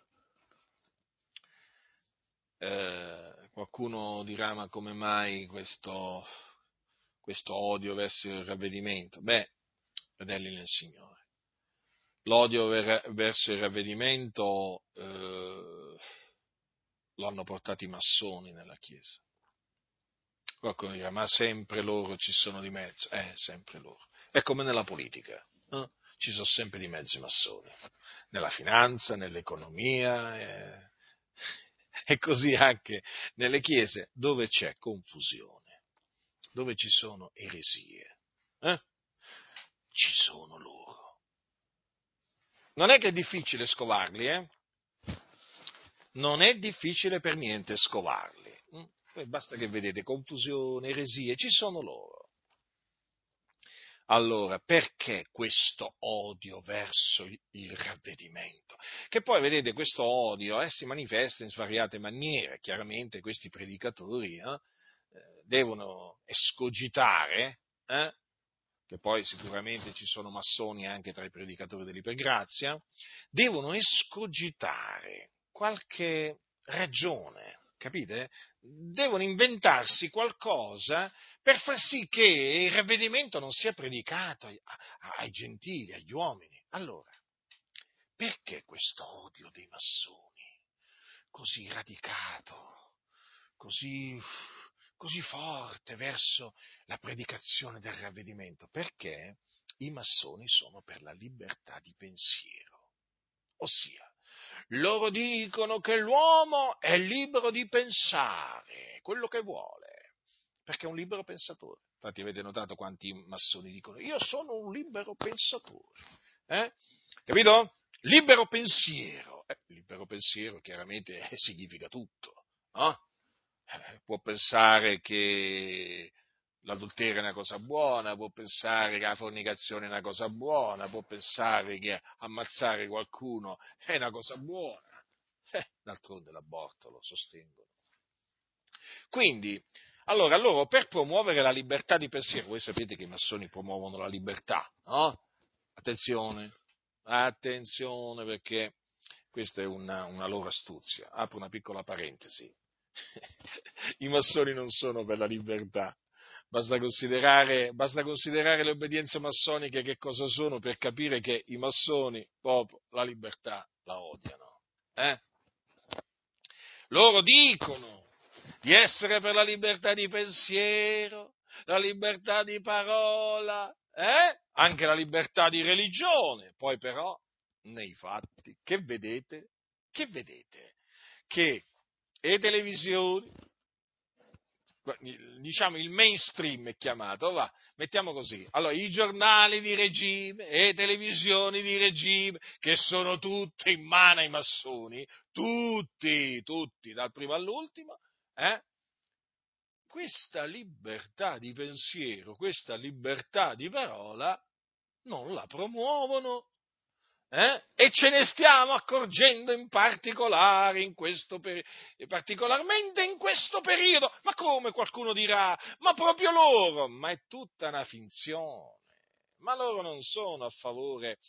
Qualcuno dirà: ma come mai questo odio verso il ravvedimento? Beh, fratelli nel Signore, l'odio verso il ravvedimento lo hanno portato i massoni nella Chiesa. Qualcuno dirà: ma sempre loro ci sono di mezzo. Sempre loro. È come nella politica, ci sono sempre di mezzo i massoni, nella finanza, nell'economia, e così anche nelle chiese dove c'è confusione, dove ci sono eresie, ci sono loro. Non è che è difficile scovarli, non è difficile per niente scovarli. Basta che vedete confusione, eresie, ci sono loro. Allora, perché questo odio verso il ravvedimento? Che poi, vedete, questo odio si manifesta in svariate maniere. Chiaramente questi predicatori devono escogitare, che poi sicuramente ci sono massoni anche tra i predicatori dell'ipergrazia, devono escogitare qualche ragione, capite? Devono inventarsi qualcosa per far sì che il ravvedimento non sia predicato ai gentili, agli uomini. Allora, perché questo odio dei massoni così radicato, così forte verso la predicazione del ravvedimento? Perché i massoni sono per la libertà di pensiero, ossia loro dicono che l'uomo è libero di pensare quello che vuole, perché è un libero pensatore. Infatti avete notato quanti massoni dicono: io sono un libero pensatore, capito? Libero pensiero. Libero pensiero chiaramente significa tutto, no? Può pensare che l'adulterio è una cosa buona, può pensare che la fornicazione è una cosa buona, può pensare che ammazzare qualcuno è una cosa buona. D'altronde l'aborto lo sostengono. Quindi, Allora, loro per promuovere la libertà di pensiero, voi sapete che i massoni promuovono la libertà, no? Attenzione, attenzione perché questa è una loro astuzia. Apro una piccola parentesi. I massoni non sono per la libertà. Basta considerare le obbedienze massoniche che cosa sono per capire che i massoni proprio la libertà la odiano. Eh? Loro dicono di essere per la libertà di pensiero, la libertà di parola, anche la libertà di religione. Poi però, nei fatti, che vedete? Che vedete? Che le televisioni, diciamo il mainstream è chiamato, va, mettiamo così, allora i giornali di regime e le televisioni di regime, che sono tutte in mano ai massoni, tutti, dal primo all'ultimo, questa libertà di pensiero, questa libertà di parola non la promuovono. E ce ne stiamo accorgendo in particolare particolarmente in questo periodo. Ma come qualcuno dirà? Ma proprio loro! Ma è tutta una finzione. Ma loro non sono a favore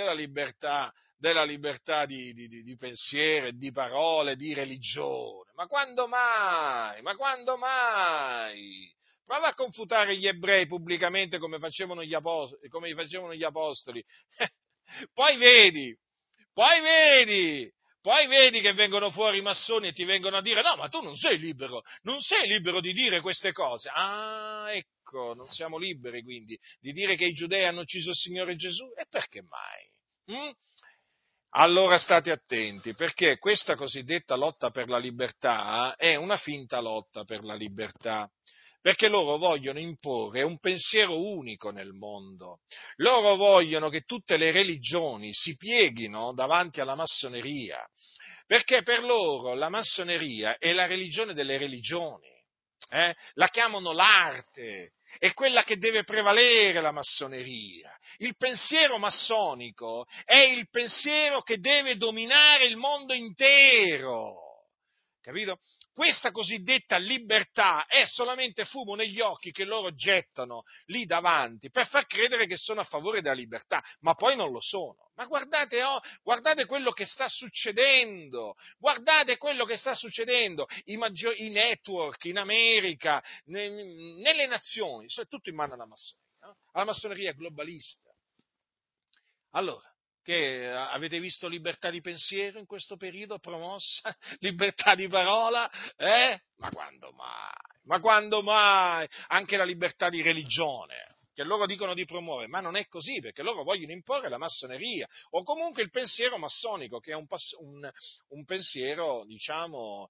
della libertà di pensiero, di parole, di religione. Ma quando mai? Ma quando mai? Prova a confutare gli ebrei pubblicamente come facevano gli apostoli. Poi vedi, poi vedi, poi vedi che vengono fuori i massoni e ti vengono a dire no, ma tu non sei libero di dire queste cose. Ah, ecco, non siamo liberi quindi di dire che i giudei hanno ucciso il Signore Gesù? E perché mai? Allora state attenti, perché questa cosiddetta lotta per la libertà è una finta lotta per la libertà, perché loro vogliono imporre un pensiero unico nel mondo, loro vogliono che tutte le religioni si pieghino davanti alla massoneria, perché per loro la massoneria è la religione delle religioni, la chiamano l'arte, è quella che deve prevalere la massoneria. Il pensiero massonico è il pensiero che deve dominare il mondo intero. Capito? Questa cosiddetta libertà è solamente fumo negli occhi che loro gettano lì davanti per far credere che sono a favore della libertà, ma poi non lo sono. Ma guardate, guardate quello che sta succedendo, guardate quello che sta succedendo, i network in America, nelle nazioni, è tutto in mano alla massoneria globalista. Allora, che avete visto libertà di pensiero in questo periodo promossa? Libertà di parola? Ma quando mai? Ma quando mai? Anche la libertà di religione, che loro dicono di promuovere, ma non è così, perché loro vogliono imporre la massoneria, o comunque il pensiero massonico, che è un pensiero, diciamo,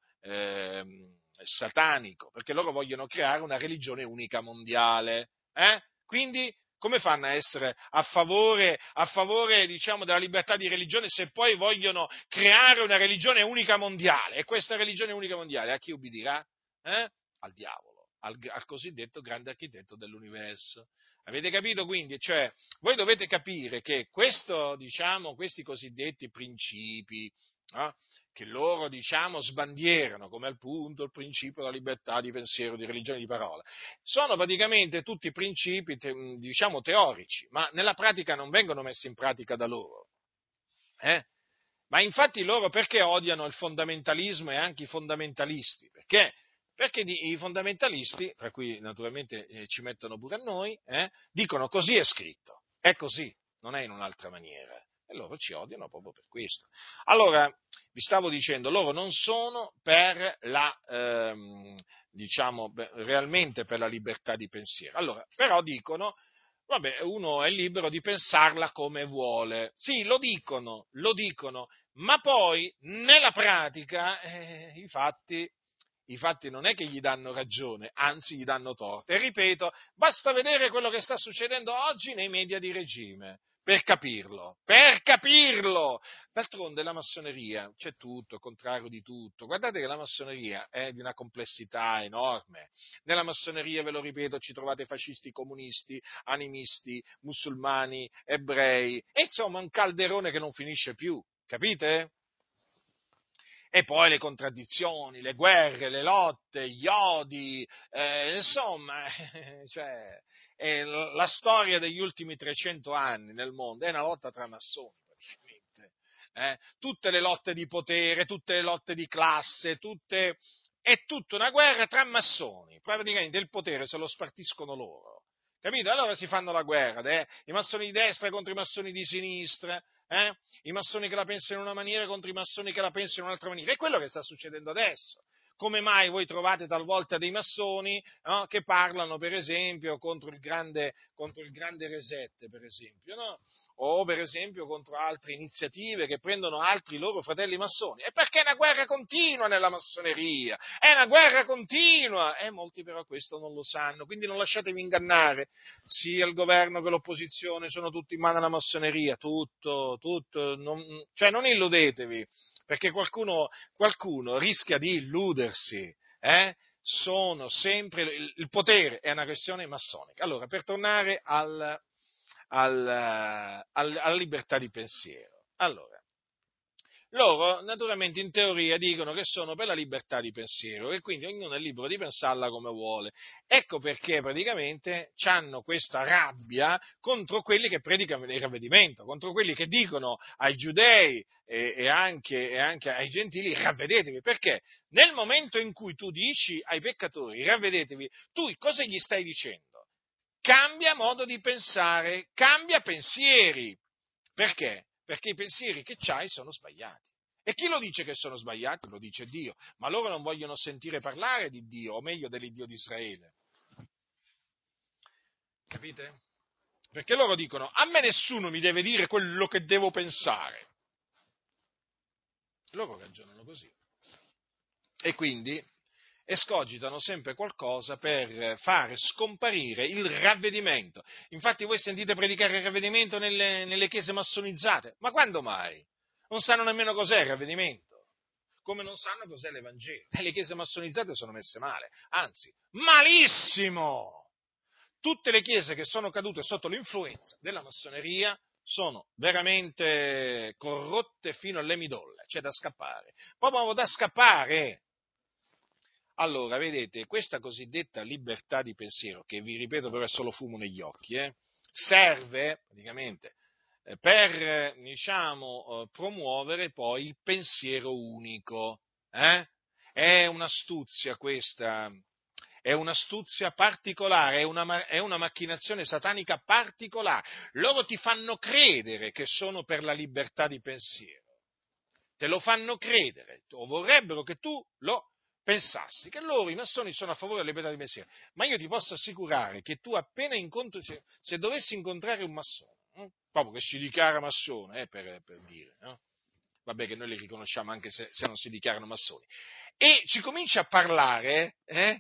satanico, perché loro vogliono creare una religione unica mondiale. Quindi come fanno a essere a favore, diciamo, della libertà di religione se poi vogliono creare una religione unica mondiale? E questa religione unica mondiale a chi ubbidirà? Al diavolo, al cosiddetto grande architetto dell'universo. Avete capito quindi? Cioè, voi dovete capire che diciamo, questi cosiddetti principi, che loro, diciamo, sbandierano come appunto il principio della libertà di pensiero, di religione e di parola, sono praticamente tutti principi, diciamo, teorici, ma nella pratica non vengono messi in pratica da loro. Ma infatti loro perché odiano il fondamentalismo e anche i fondamentalisti? Perché i fondamentalisti, tra cui naturalmente ci mettono pure a noi, dicono così è scritto, è così, non è in un'altra maniera. E loro ci odiano proprio per questo. Allora, vi stavo dicendo, loro non sono per diciamo, realmente per la libertà di pensiero. Allora, però dicono, vabbè, uno è libero di pensarla come vuole. Sì, lo dicono, ma poi nella pratica i fatti non è che gli danno ragione, anzi gli danno torto. E ripeto, basta vedere quello che sta succedendo oggi nei media di regime. Per capirlo, per capirlo! D'altronde la massoneria c'è tutto, il contrario di tutto. Guardate che la massoneria è di una complessità enorme. Nella massoneria, ve lo ripeto, ci trovate fascisti, comunisti, animisti, musulmani, ebrei, e insomma un calderone che non finisce più, capite? E poi le contraddizioni, le guerre, le lotte, gli odi, insomma, cioè, la storia degli ultimi 300 anni nel mondo è una lotta tra massoni, praticamente. Tutte le lotte di potere, tutte le lotte di classe, è tutta una guerra tra massoni. Praticamente il potere se lo spartiscono loro. Capito? Allora si fanno la guerra, i massoni di destra contro i massoni di sinistra, i massoni che la pensano in una maniera contro i massoni che la pensano in un'altra maniera. È quello che sta succedendo adesso. Come mai voi trovate talvolta dei massoni, no, che parlano, per esempio, contro il grande reset, per esempio, no? O per esempio contro altre iniziative che prendono altri loro fratelli massoni? È perché è una guerra continua nella massoneria, è una guerra continua, e molti però questo non lo sanno, quindi non lasciatevi ingannare, sia il governo che l'opposizione sono tutti in mano alla massoneria, tutto, cioè non illudetevi, perché qualcuno rischia di illudersi, sono sempre, il potere è una questione massonica. Allora, per tornare alla libertà di pensiero, allora, loro naturalmente in teoria dicono che sono per la libertà di pensiero e quindi ognuno è libero di pensarla come vuole. Ecco perché praticamente hanno questa rabbia contro quelli che predicano il ravvedimento, contro quelli che dicono ai giudei e anche ai gentili ravvedetevi, perché nel momento in cui tu dici ai peccatori ravvedetevi, tu cosa gli stai dicendo? Cambia modo di pensare, cambia pensieri. Perché? Perché i pensieri che c'hai sono sbagliati. E chi lo dice che sono sbagliati? Lo dice Dio. Ma loro non vogliono sentire parlare di Dio, o meglio dell'Iddio di Israele. Capite? Perché loro dicono, a me nessuno mi deve dire quello che devo pensare. Loro ragionano così. E quindi escogitano sempre qualcosa per fare scomparire il ravvedimento. Infatti voi sentite predicare il ravvedimento nelle chiese massonizzate, ma quando mai? Non sanno nemmeno cos'è il ravvedimento, come non sanno cos'è l'Evangelo. E le chiese massonizzate sono messe male, anzi, malissimo! Tutte le chiese che sono cadute sotto l'influenza della massoneria sono veramente corrotte fino alle midolle, c'è da scappare, proprio da scappare. Allora, vedete, questa cosiddetta libertà di pensiero, che vi ripeto però è solo fumo negli occhi, serve praticamente per, diciamo, promuovere poi il pensiero unico. È un'astuzia questa, è un'astuzia particolare, è una macchinazione satanica particolare. Loro ti fanno credere che sono per la libertà di pensiero. Te lo fanno credere, o vorrebbero che tu lo pensassi, che loro, i massoni, sono a favore della libertà di pensiero. Ma io ti posso assicurare che tu appena incontri, se dovessi incontrare un massone, proprio che si dichiara massone, per dire, no? Vabbè che noi li riconosciamo anche se non si dichiarano massoni, e ci cominci a parlare,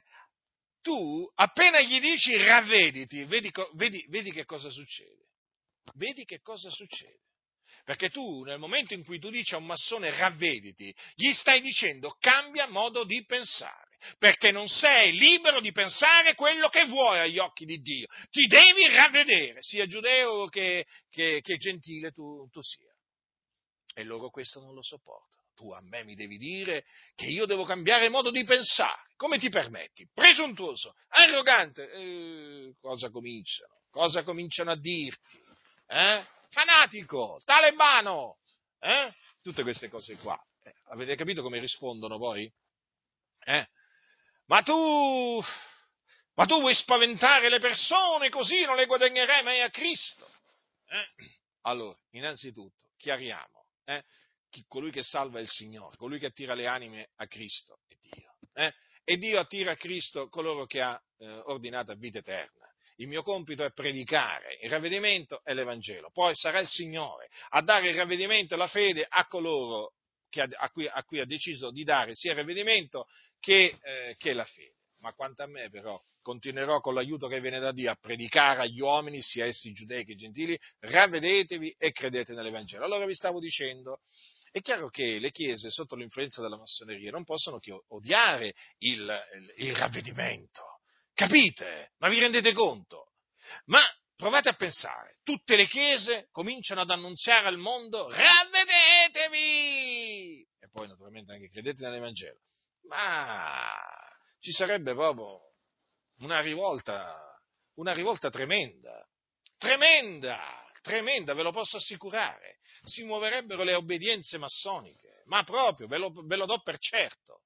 tu appena gli dici ravvediti, vedi che cosa succede. Vedi che cosa succede. Perché tu, nel momento in cui tu dici a un massone ravvediti, gli stai dicendo cambia modo di pensare, perché non sei libero di pensare quello che vuoi agli occhi di Dio. Ti devi ravvedere, sia giudeo che gentile tu sia. E loro questo non lo sopportano. Tu a me mi devi dire che io devo cambiare modo di pensare. Come ti permetti? Presuntuoso, arrogante. Cosa cominciano? Cosa cominciano a dirti? Fanatico, talebano, tutte queste cose qua. Avete capito come rispondono poi? Ma tu, ma tu vuoi spaventare le persone così non le guadagnerai mai a Cristo? Allora, innanzitutto, chiariamo, colui che salva è il Signore, colui che attira le anime a Cristo è Dio. E Dio attira a Cristo coloro che ha ordinato a vita eterna. Il mio compito è predicare il ravvedimento e l'Evangelo. Poi sarà il Signore a dare il ravvedimento e la fede a coloro a cui ha deciso di dare sia il ravvedimento che la fede. Ma quanto a me però continuerò con l'aiuto che viene da Dio a predicare agli uomini, sia essi giudei che gentili, ravvedetevi e credete nell'Evangelo. Allora vi stavo dicendo, è chiaro che le chiese sotto l'influenza della massoneria non possono che odiare il ravvedimento. Capite? Ma vi rendete conto? Ma provate a pensare, tutte le chiese cominciano ad annunziare al mondo ravvedetevi! poi naturalmente anche credete nell'Evangelo, ma ci sarebbe proprio una rivolta tremenda, tremenda, tremenda, ve lo posso assicurare. Si muoverebbero le obbedienze massoniche, ma proprio, ve lo do per certo.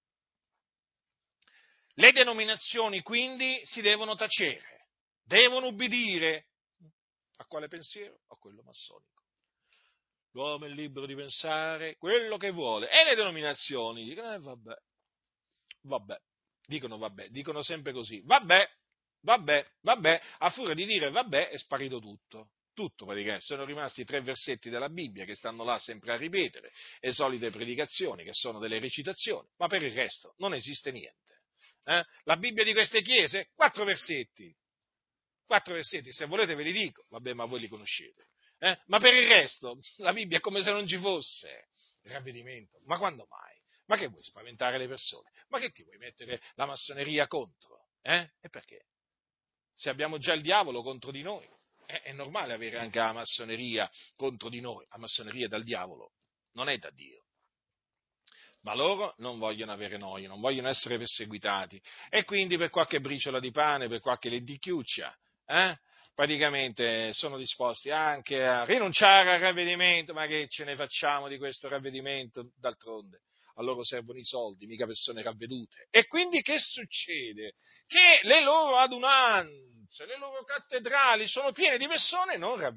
Le denominazioni quindi si devono tacere, devono ubbidire. A quale pensiero? A quello massonico. L'uomo è libero di pensare quello che vuole. E le denominazioni dicono, vabbè, dicono sempre così, vabbè, a furia di dire vabbè è sparito tutto. Tutto praticamente, sono rimasti 3 versetti della Bibbia che stanno là sempre a ripetere, le solite predicazioni che sono delle recitazioni, ma per il resto non esiste niente. La Bibbia di queste chiese, 4 versetti, se volete ve li dico, vabbè, ma voi li conoscete. Ma per il resto, la Bibbia è come se non ci fosse. Il ravvedimento, ma quando mai? Ma che vuoi spaventare le persone? Ma che ti vuoi mettere la massoneria contro? E perché? Se abbiamo già il diavolo contro di noi, è normale avere anche la massoneria contro di noi. La massoneria è dal diavolo, non è da Dio. Ma loro non vogliono avere noia, non vogliono essere perseguitati e quindi per qualche briciola di pane, per qualche lenticchiuccia, praticamente sono disposti anche a rinunciare al ravvedimento, ma che ce ne facciamo di questo ravvedimento? D'altronde a loro servono i soldi, mica persone ravvedute. E quindi che succede? Che le loro adunanze, le loro cattedrali sono piene di persone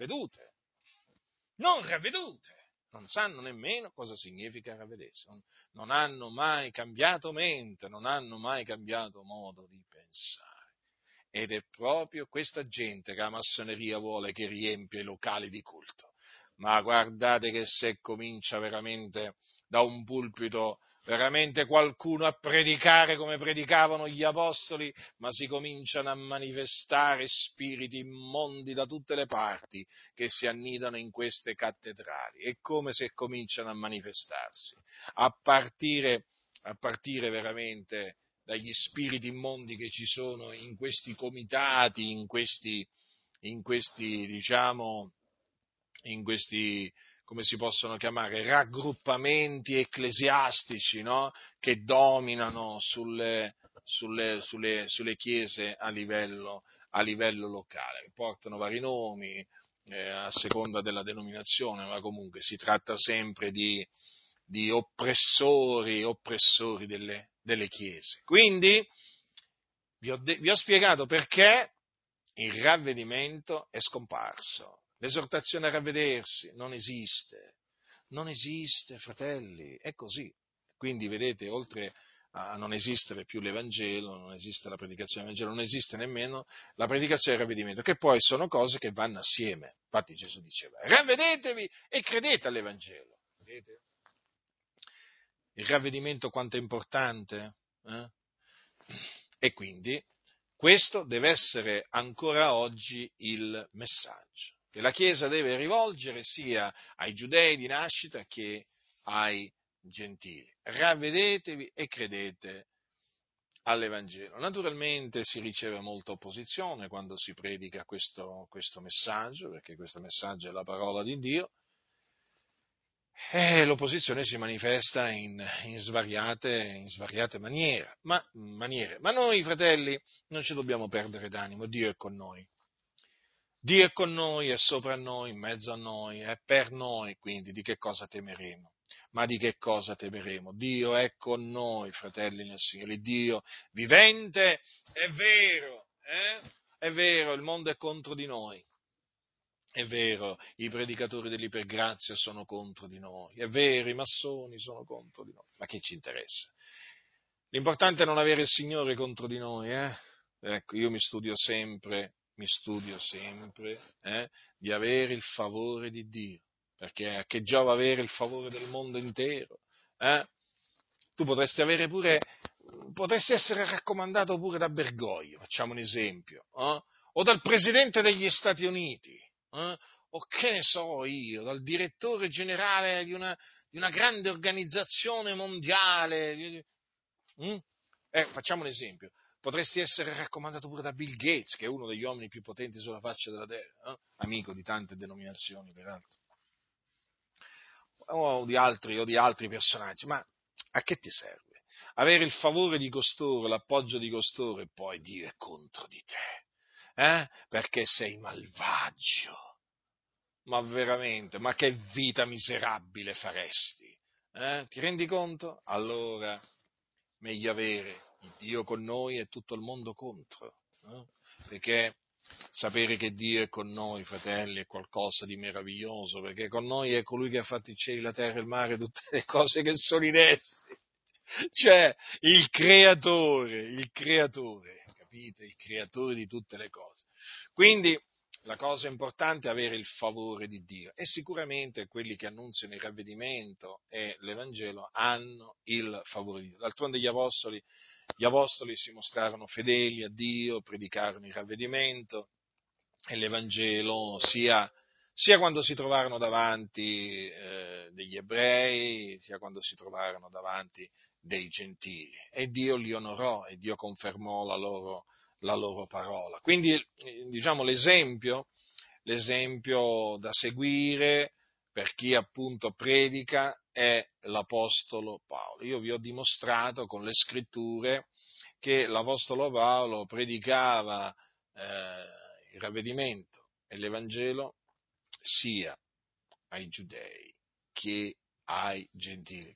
non ravvedute. Non sanno nemmeno cosa significa ravvedersi, non hanno mai cambiato mente, non hanno mai cambiato modo di pensare. Ed è proprio questa gente che la massoneria vuole che riempia i locali di culto. Ma guardate che se comincia veramente da un pulpito veramente qualcuno a predicare come predicavano gli apostoli, ma si cominciano a manifestare spiriti immondi da tutte le parti che si annidano in queste cattedrali. È come se cominciano a manifestarsi, a partire veramente dagli spiriti immondi che ci sono in questi comitati, diciamo, in questi, come si possono chiamare, raggruppamenti ecclesiastici, no? Che dominano sulle chiese a livello locale, che portano vari nomi a seconda della denominazione, ma comunque si tratta sempre di oppressori delle chiese. Quindi vi ho spiegato perché il ravvedimento è scomparso. L'esortazione a ravvedersi non esiste, fratelli, è così. Quindi, vedete, oltre a non esistere più l'Evangelo, non esiste la predicazione del Vangelo, non esiste nemmeno la predicazione del ravvedimento, che poi sono cose che vanno assieme. Infatti Gesù diceva, ravvedetevi e credete all'Evangelo. Vedete? Il ravvedimento quanto è importante? E quindi questo deve essere ancora oggi il messaggio che la Chiesa deve rivolgere sia ai giudei di nascita che ai gentili. Ravvedetevi e credete all'Evangelo. Naturalmente si riceve molta opposizione quando si predica questo messaggio, perché questo messaggio è la parola di Dio. L'opposizione si manifesta in svariate maniere, ma noi, fratelli, non ci dobbiamo perdere d'animo, Dio è con noi. Dio è con noi, è sopra noi, in mezzo a noi, è per noi, quindi di che cosa temeremo? Ma di che cosa temeremo? Dio è con noi, fratelli nel Signore, Dio vivente, è vero, il mondo è contro di noi. È vero, i predicatori dell'ipergrazia sono contro di noi, è vero, i massoni sono contro di noi, ma che ci interessa? L'importante è non avere il Signore contro di noi, Ecco, io mi studio sempre, di avere il favore di Dio, perché a che giova avere il favore del mondo intero, Tu potresti essere raccomandato pure da Bergoglio, facciamo un esempio, o dal Presidente degli Stati Uniti, o che ne so io, dal direttore generale di una grande organizzazione mondiale. Facciamo un esempio, potresti essere raccomandato pure da Bill Gates, che è uno degli uomini più potenti sulla faccia della terra, amico di tante denominazioni peraltro, o di altri personaggi, ma A che ti serve? Avere il favore di costoro, l'appoggio di costoro e poi Dio è contro di te, perché sei malvagio. Ma veramente, ma che vita miserabile faresti? Ti rendi conto? Allora, meglio avere il Dio con noi e tutto il mondo contro, perché sapere che Dio è con noi, fratelli, è qualcosa di meraviglioso, perché con noi è colui che ha fatto i cieli, la terra, il mare, tutte le cose che sono in essi. Cioè, il creatore, capite? Il creatore di tutte le cose. Quindi, la cosa importante è avere il favore di Dio e sicuramente quelli che annunziano il ravvedimento e l'Evangelo hanno il favore di Dio. D'altronde gli apostoli si mostrarono fedeli a Dio, predicarono il ravvedimento e l'Evangelo sia quando si trovarono davanti degli ebrei, sia quando si trovarono davanti dei gentili. E Dio li onorò e Dio confermò la loro parola. Quindi, diciamo, l'esempio da seguire per chi appunto predica è l'Apostolo Paolo. Io vi ho dimostrato con le scritture che l'Apostolo Paolo predicava il ravvedimento e l'Evangelo sia ai giudei che ai gentili.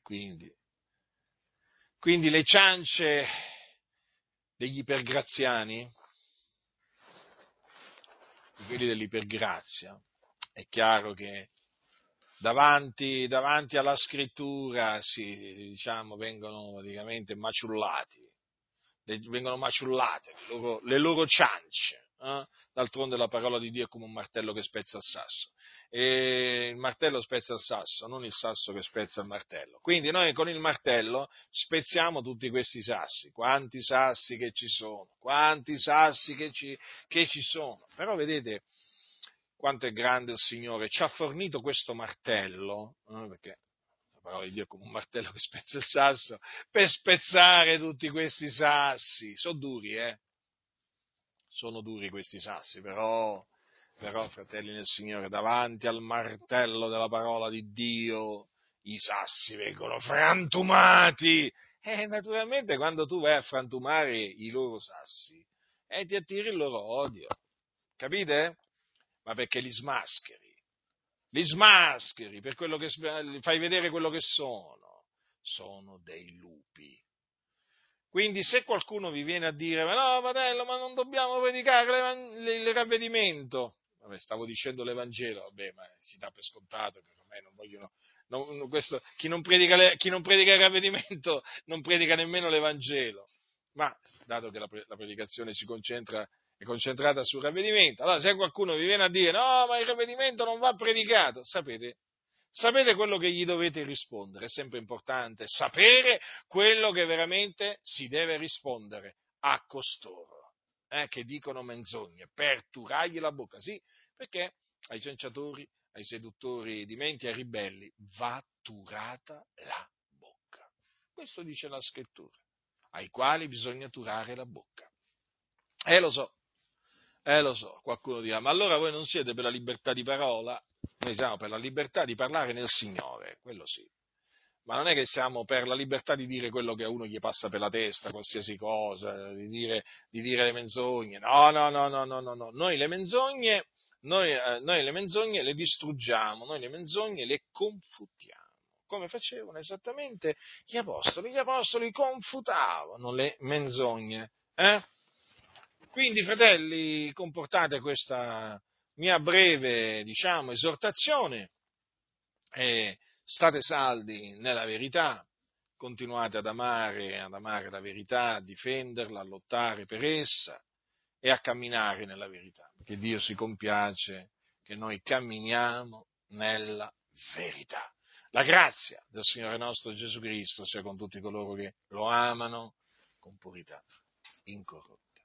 Quindi le ciance degli ipergraziani, di quelli dell'ipergrazia, è chiaro che davanti alla scrittura vengono praticamente vengono maciullate le loro ciance. D'altronde la parola di Dio è come un martello che spezza il sasso. E il martello spezza il sasso, non il sasso che spezza il martello. Quindi noi con il martello spezziamo tutti questi sassi. Quanti sassi che ci sono, quanti sassi che ci sono. Però vedete quanto è grande il Signore. Ci ha fornito questo martello, perché la parola di Dio è come un martello che spezza il sasso, per spezzare tutti questi sassi. Sono duri, sono duri questi sassi, però, fratelli nel Signore, davanti al martello della parola di Dio, i sassi vengono frantumati. E naturalmente quando tu vai a frantumare i loro sassi, ti attiri il loro odio. Capite? Ma perché li smascheri per quello che li fai vedere quello che sono dei lupi. Quindi se qualcuno vi viene a dire, ma no, fratello, ma non dobbiamo predicare il ravvedimento, vabbè, stavo dicendo l'Evangelo, vabbè, ma si dà per scontato che ormai non vogliono, chi non predica il ravvedimento non predica nemmeno l'Evangelo, ma dato che la predicazione è concentrata sul ravvedimento, allora se qualcuno vi viene a dire, no, ma il ravvedimento non va predicato, Sapete quello che gli dovete rispondere? È sempre importante sapere quello che veramente si deve rispondere a costoro, che dicono menzogne, per turargli la bocca, sì, perché ai cianciatori, ai seduttori di menti, ai ribelli, va turata la bocca. Questo dice la scrittura, ai quali bisogna turare la bocca. Lo so, qualcuno dirà, ma allora voi non siete per la libertà di parola? Noi siamo per la libertà di parlare nel Signore, quello sì. Ma non è che siamo per la libertà di dire quello che a uno gli passa per la testa, qualsiasi cosa, di dire le menzogne. No, no, no, no, no, no, no. Noi le menzogne le distruggiamo, noi le menzogne le confutiamo. Come facevano esattamente gli apostoli. Gli apostoli confutavano le menzogne. Quindi, fratelli, comportate questa mia breve, esortazione e state saldi nella verità, continuate ad amare la verità, a difenderla, a lottare per essa e a camminare nella verità, perché Dio si compiace che noi camminiamo nella verità. La grazia del Signore nostro Gesù Cristo sia con tutti coloro che lo amano con purità incorrotta.